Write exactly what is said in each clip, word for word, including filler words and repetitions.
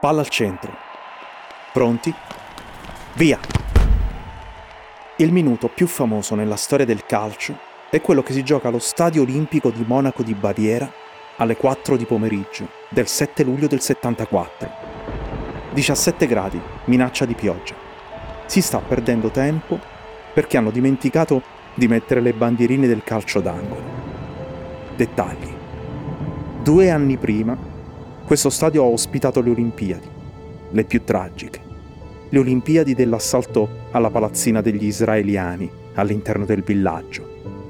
Palla al centro. Pronti? Via! Il minuto più famoso nella storia del calcio è quello che si gioca allo Stadio Olimpico di Monaco di Baviera alle quattro di pomeriggio del sette luglio del settantaquattro. diciassette gradi, minaccia di pioggia. Si sta perdendo tempo perché hanno dimenticato di mettere le bandierine del calcio d'angolo. Dettagli. Due anni prima questo stadio ha ospitato le Olimpiadi, le più tragiche. Le Olimpiadi dell'assalto alla palazzina degli israeliani all'interno del villaggio.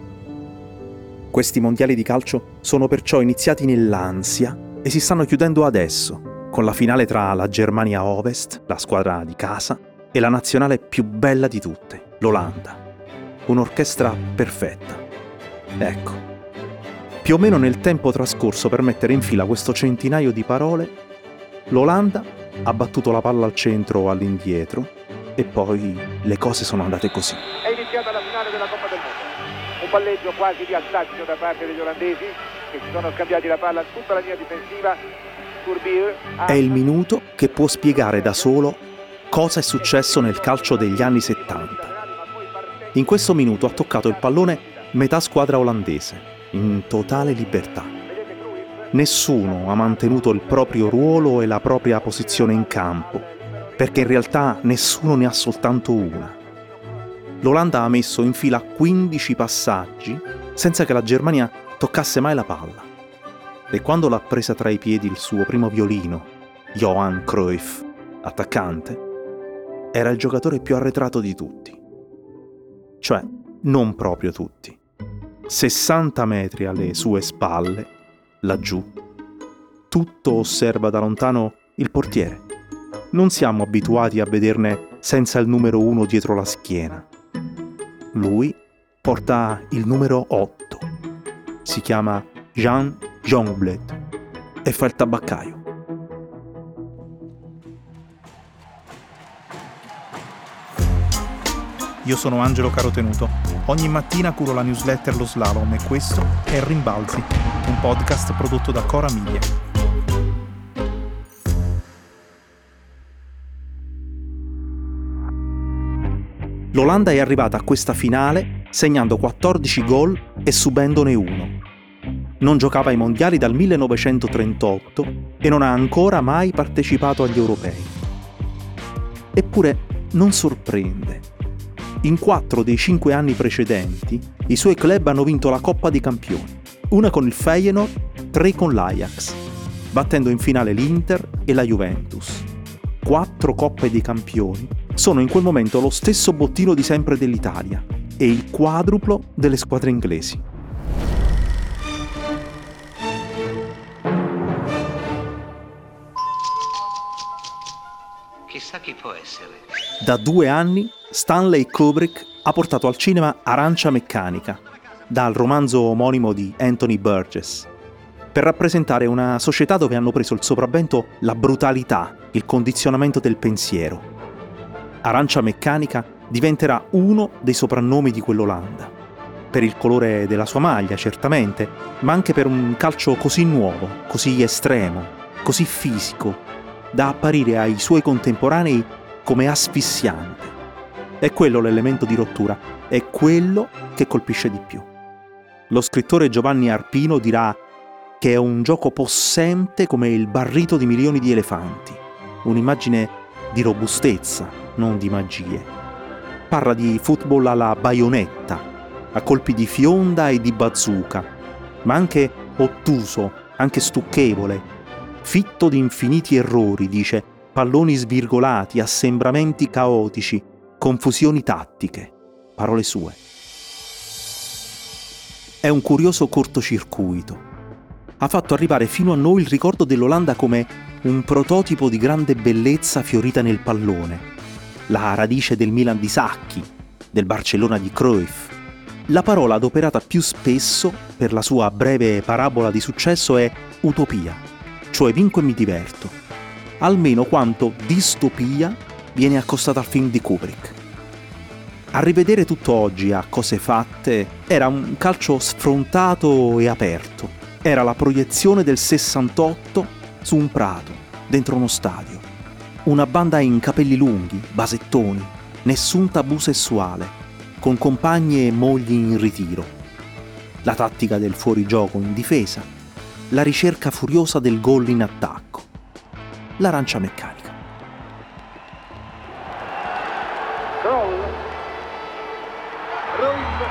Questi mondiali di calcio sono perciò iniziati nell'ansia e si stanno chiudendo adesso, con la finale tra la Germania Ovest, la squadra di casa, e la nazionale più bella di tutte, l'Olanda. Un'orchestra perfetta. Ecco. Più o meno nel tempo trascorso per mettere in fila questo centinaio di parole, l'Olanda ha battuto la palla al centro o all'indietro e poi le cose sono andate così. È iniziata la finale della Coppa del Mondo. Un palleggio quasi di assaggio da parte degli olandesi che si sono scambiati la palla tutta la linea difensiva. Courbir ha... È il minuto che può spiegare da solo cosa è successo nel calcio degli anni settanta. In questo minuto ha toccato il pallone metà squadra olandese, in totale libertà. Nessuno ha mantenuto il proprio ruolo e la propria posizione in campo, perché in realtà nessuno ne ha soltanto una. L'Olanda ha messo in fila quindici passaggi senza che la Germania toccasse mai la palla. E quando l'ha presa tra i piedi il suo primo violino, Johan Cruyff, attaccante, era il giocatore più arretrato di tutti. Cioè, non proprio tutti. sessanta metri alle sue spalle, laggiù, tutto osserva da lontano il portiere. Non siamo abituati a vederne senza il numero uno dietro la schiena. Lui porta il numero otto. Si chiama Jean Jongbloed e fa il tabaccaio. Io sono Angelo Carotenuto. Ogni mattina curo la newsletter Lo Slalom e questo è Rimbalzi, un podcast prodotto da Cora Media. L'Olanda è arrivata a questa finale segnando quattordici gol e subendone uno. Non giocava ai mondiali dal millenovecentotrentotto e non ha ancora mai partecipato agli europei. Eppure non sorprende. In quattro dei cinque anni precedenti, i suoi club hanno vinto la Coppa dei Campioni, una con il Feyenoord, tre con l'Ajax, battendo in finale l'Inter e la Juventus. Quattro Coppe dei Campioni sono in quel momento lo stesso bottino di sempre dell'Italia e il quadruplo delle squadre inglesi. Chissà chi può essere. Da due anni Stanley Kubrick ha portato al cinema Arancia Meccanica, dal romanzo omonimo di Anthony Burgess, per rappresentare una società dove hanno preso il sopravvento la brutalità, il condizionamento del pensiero. Arancia Meccanica diventerà uno dei soprannomi di quell'Olanda, per il colore della sua maglia certamente, ma anche per un calcio così nuovo, così estremo, così fisico, da apparire ai suoi contemporanei come asfissiante. È quello l'elemento di rottura, è quello che colpisce di più. Lo scrittore Giovanni Arpino dirà che è un gioco possente come il barrito di milioni di elefanti, un'immagine di robustezza, non di magie. Parla di football alla baionetta, a colpi di fionda e di bazooka, ma anche ottuso, anche stucchevole, fitto di infiniti errori, dice, palloni svirgolati, assembramenti caotici, confusioni tattiche, parole sue. È un curioso cortocircuito. Ha fatto arrivare fino a noi il ricordo dell'Olanda come un prototipo di grande bellezza fiorita nel pallone, la radice del Milan di Sacchi, del Barcellona di Cruyff. La parola adoperata più spesso per la sua breve parabola di successo è utopia, cioè vinco e mi diverto, almeno quanto distopia viene accostata al film di Kubrick. A rivedere tutto oggi a cose fatte, era un calcio sfrontato e aperto. Era la proiezione del sessantotto su un prato, dentro uno stadio. Una banda in capelli lunghi, basettoni, nessun tabù sessuale, con compagni e mogli in ritiro. La tattica del fuorigioco in difesa, la ricerca furiosa del gol in attacco, l'arancia meccanica. Gol. Cruyff.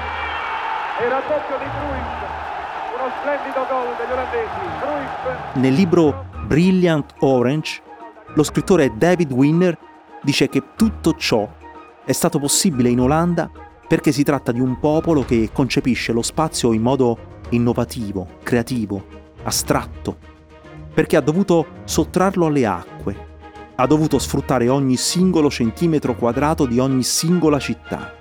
E raddoppio di Cruyff. Uno splendido gol degli olandesi. Cruyff. Nel libro Brilliant Orange, lo scrittore David Winner dice che tutto ciò è stato possibile in Olanda perché si tratta di un popolo che concepisce lo spazio in modo innovativo, creativo, astratto, perché ha dovuto sottrarlo alle acque, ha dovuto sfruttare ogni singolo centimetro quadrato di ogni singola città.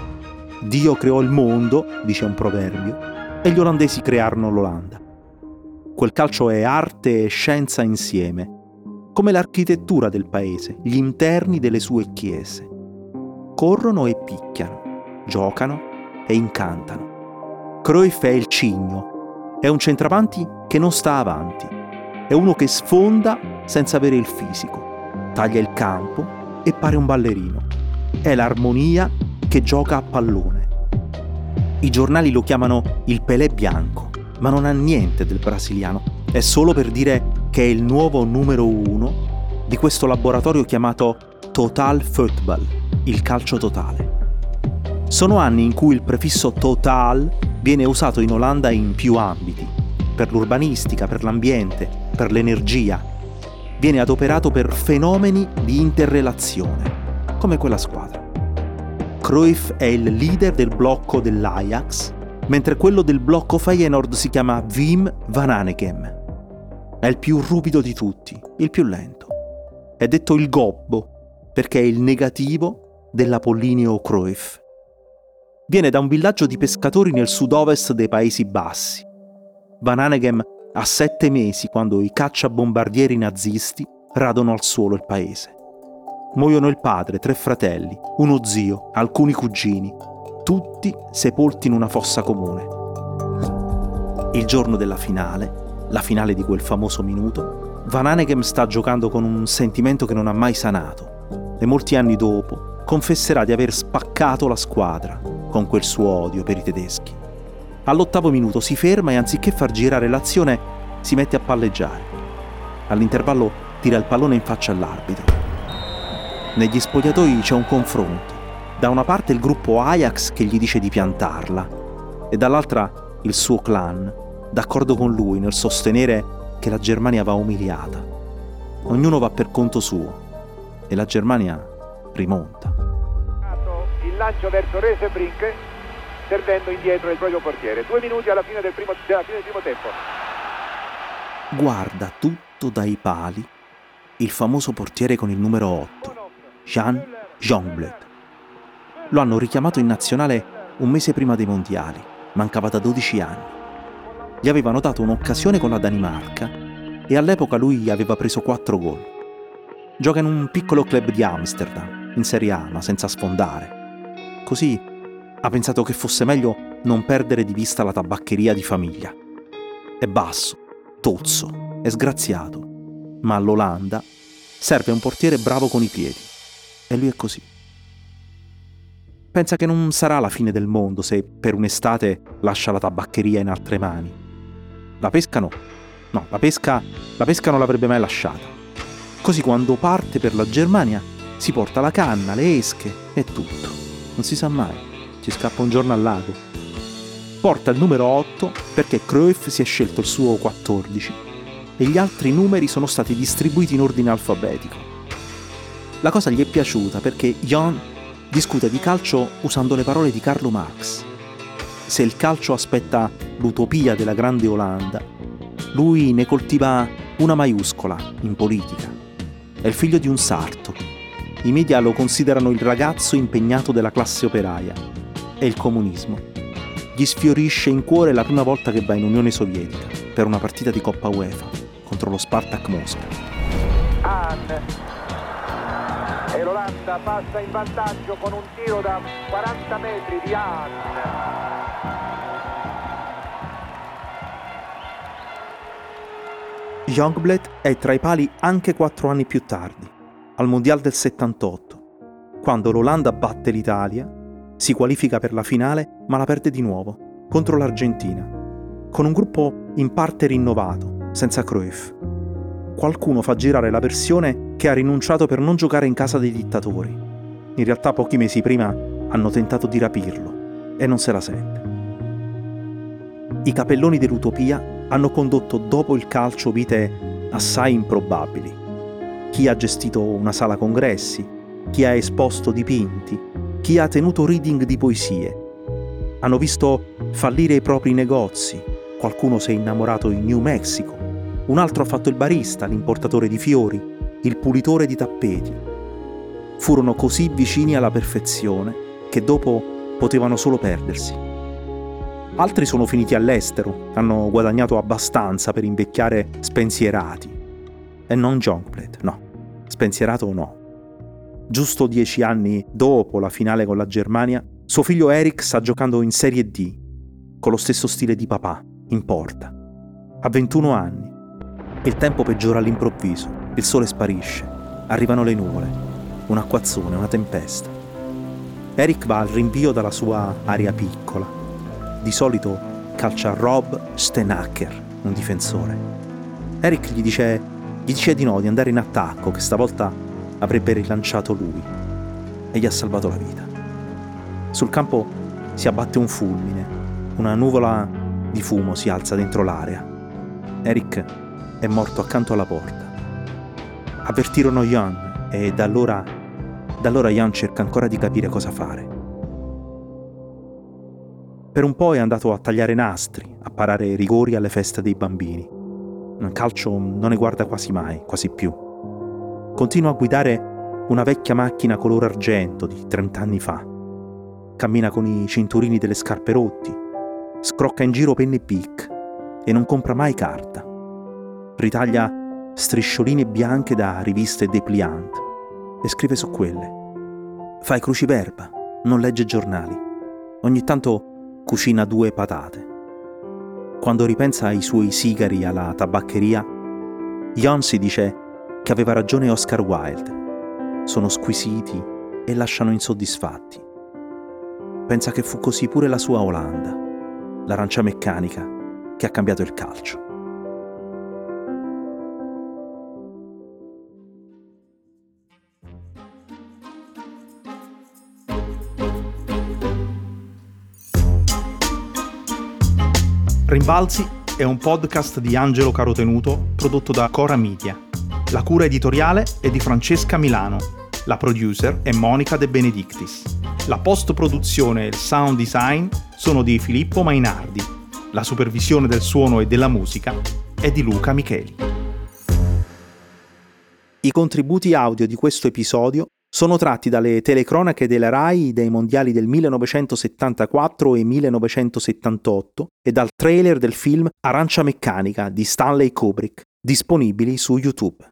Dio creò il mondo, dice un proverbio, e gli olandesi crearono l'Olanda. Quel calcio è arte e scienza insieme, come l'architettura del paese, gli interni delle sue chiese. Corrono e picchiano, giocano e incantano. Cruyff è il cigno, è un centravanti che non sta avanti, è uno che sfonda senza avere il fisico, taglia il campo e pare un ballerino. È l'armonia che gioca a pallone. I giornali lo chiamano il Pelé bianco, ma non ha niente del brasiliano, è solo per dire che è il nuovo numero uno di questo laboratorio chiamato Total Football, il calcio totale. Sono anni in cui il prefisso total viene usato in Olanda in più ambiti, per l'urbanistica, per l'ambiente, per l'energia. Viene adoperato per fenomeni di interrelazione, come quella squadra. Cruyff è il leader del blocco dell'Ajax, mentre quello del blocco Feyenoord si chiama Wim van Hanegem. È il più ruvido di tutti, il più lento. È detto il gobbo perché è il negativo dell'Apollinio Cruyff. Viene da un villaggio di pescatori nel sud-ovest dei Paesi Bassi. Van Hanegem ha sette mesi quando i cacciabombardieri nazisti radono al suolo il paese. Muoiono il padre, tre fratelli, uno zio, alcuni cugini, tutti sepolti in una fossa comune. Il giorno della finale, la finale di quel famoso minuto, Van Hanegem sta giocando con un sentimento che non ha mai sanato e molti anni dopo confesserà di aver spaccato la squadra con quel suo odio per i tedeschi. All'ottavo minuto si ferma e anziché far girare l'azione si mette a palleggiare. All'intervallo tira il pallone in faccia all'arbitro. Negli spogliatoi c'è un confronto. Da una parte il gruppo Ajax che gli dice di piantarla e dall'altra il suo clan, d'accordo con lui nel sostenere che la Germania va umiliata. Ognuno va per conto suo e la Germania rimonta. Il lancio verso Resebrink, servendo indietro il proprio portiere. Due minuti alla fine del primo, della fine del primo tempo. Guarda tutto dai pali il famoso portiere con il numero otto, Jan Jongbloed. Lo hanno richiamato in nazionale un mese prima dei mondiali, mancava da dodici anni. Gli avevano dato un'occasione con la Danimarca e all'epoca lui aveva preso quattro gol. Gioca in un piccolo club di Amsterdam, in Serie A, ma senza sfondare. Così ha pensato che fosse meglio non perdere di vista la tabaccheria di famiglia. È basso, tozzo, è sgraziato, ma all'Olanda serve un portiere bravo con i piedi. E lui è così. Pensa che non sarà la fine del mondo se per un'estate lascia la tabaccheria in altre mani. La pesca no. No, la pesca, la pesca non l'avrebbe mai lasciata. Così quando parte per la Germania si porta la canna, le esche e tutto. Non si sa mai, ci scappa un giorno al lago. Porta il numero otto perché Cruyff si è scelto il suo quattordici e gli altri numeri sono stati distribuiti in ordine alfabetico. La cosa gli è piaciuta perché Jan discute di calcio usando le parole di Carlo Marx. Se il calcio aspetta l'utopia della grande Olanda, lui ne coltiva una maiuscola in politica. È il figlio di un sarto. I media lo considerano il ragazzo impegnato della classe operaia. E il comunismo gli sfiorisce in cuore la prima volta che va in Unione Sovietica per una partita di Coppa UEFA contro lo Spartak Mosca. Hahn. E l'Olanda passa in vantaggio con un tiro da quaranta metri di Hahn. Jongbloed è tra i pali anche quattro anni più tardi. al Mondiale del settantotto, quando l'Olanda batte l'Italia, si qualifica per la finale ma la perde di nuovo, contro l'Argentina, con un gruppo in parte rinnovato, senza Cruyff. Qualcuno fa girare la versione che ha rinunciato per non giocare in casa dei dittatori. In realtà pochi mesi prima hanno tentato di rapirlo e non se la sente. I capelloni dell'utopia hanno condotto dopo il calcio vite assai improbabili. Chi ha gestito una sala congressi, chi ha esposto dipinti, chi ha tenuto reading di poesie. Hanno visto fallire i propri negozi, qualcuno si è innamorato in New Mexico, un altro ha fatto il barista, l'importatore di fiori, il pulitore di tappeti. Furono così vicini alla perfezione che dopo potevano solo perdersi. Altri sono finiti all'estero, hanno guadagnato abbastanza per invecchiare spensierati. E non Youngblood, no. Spensierato no. Giusto dieci anni dopo la finale con la Germania, suo figlio Eric sta giocando in Serie D, con lo stesso stile di papà, in porta. Ha ventuno anni. Il tempo peggiora all'improvviso, il sole sparisce, arrivano le nuvole, un acquazzone, una tempesta. Eric va al rinvio dalla sua area piccola. Di solito calcia Rob Stenacker, un difensore. Eric gli dice... Gli dice di no, di andare in attacco, che stavolta avrebbe rilanciato lui. E gli ha salvato la vita. Sul campo si abbatte un fulmine, una nuvola di fumo si alza dentro l'area. Eric è morto accanto alla porta. Avvertirono Jan e da allora, da allora Jan cerca ancora di capire cosa fare. Per un po' è andato a tagliare nastri, a parare rigori alle feste dei bambini. Il calcio non ne guarda quasi mai, quasi più. Continua a guidare una vecchia macchina color argento di trent'anni fa. Cammina con i cinturini delle scarpe rotti, scrocca in giro penne Bic e non compra mai carta. Ritaglia striscioline bianche da riviste dépliant e scrive su quelle. Fa i cruciverba, non legge giornali. Ogni tanto cucina due patate. Quando ripensa ai suoi sigari alla tabaccheria, Jan si dice che aveva ragione Oscar Wilde. Sono squisiti e lasciano insoddisfatti. Pensa che fu così pure la sua Olanda, l'arancia meccanica che ha cambiato il calcio. Rimbalzi è un podcast di Angelo Carotenuto prodotto da Cora Media. La cura editoriale è di Francesca Milano. La producer è Monica De Benedictis. La post-produzione e il sound design sono di Filippo Mainardi. La supervisione del suono e della musica è di Luca Micheli. I contributi audio di questo episodio sono tratti dalle telecronache della Rai dei mondiali del millenovecentosettantaquattro e millenovecentosettantotto e dal trailer del film Arancia Meccanica di Stanley Kubrick, disponibili su YouTube.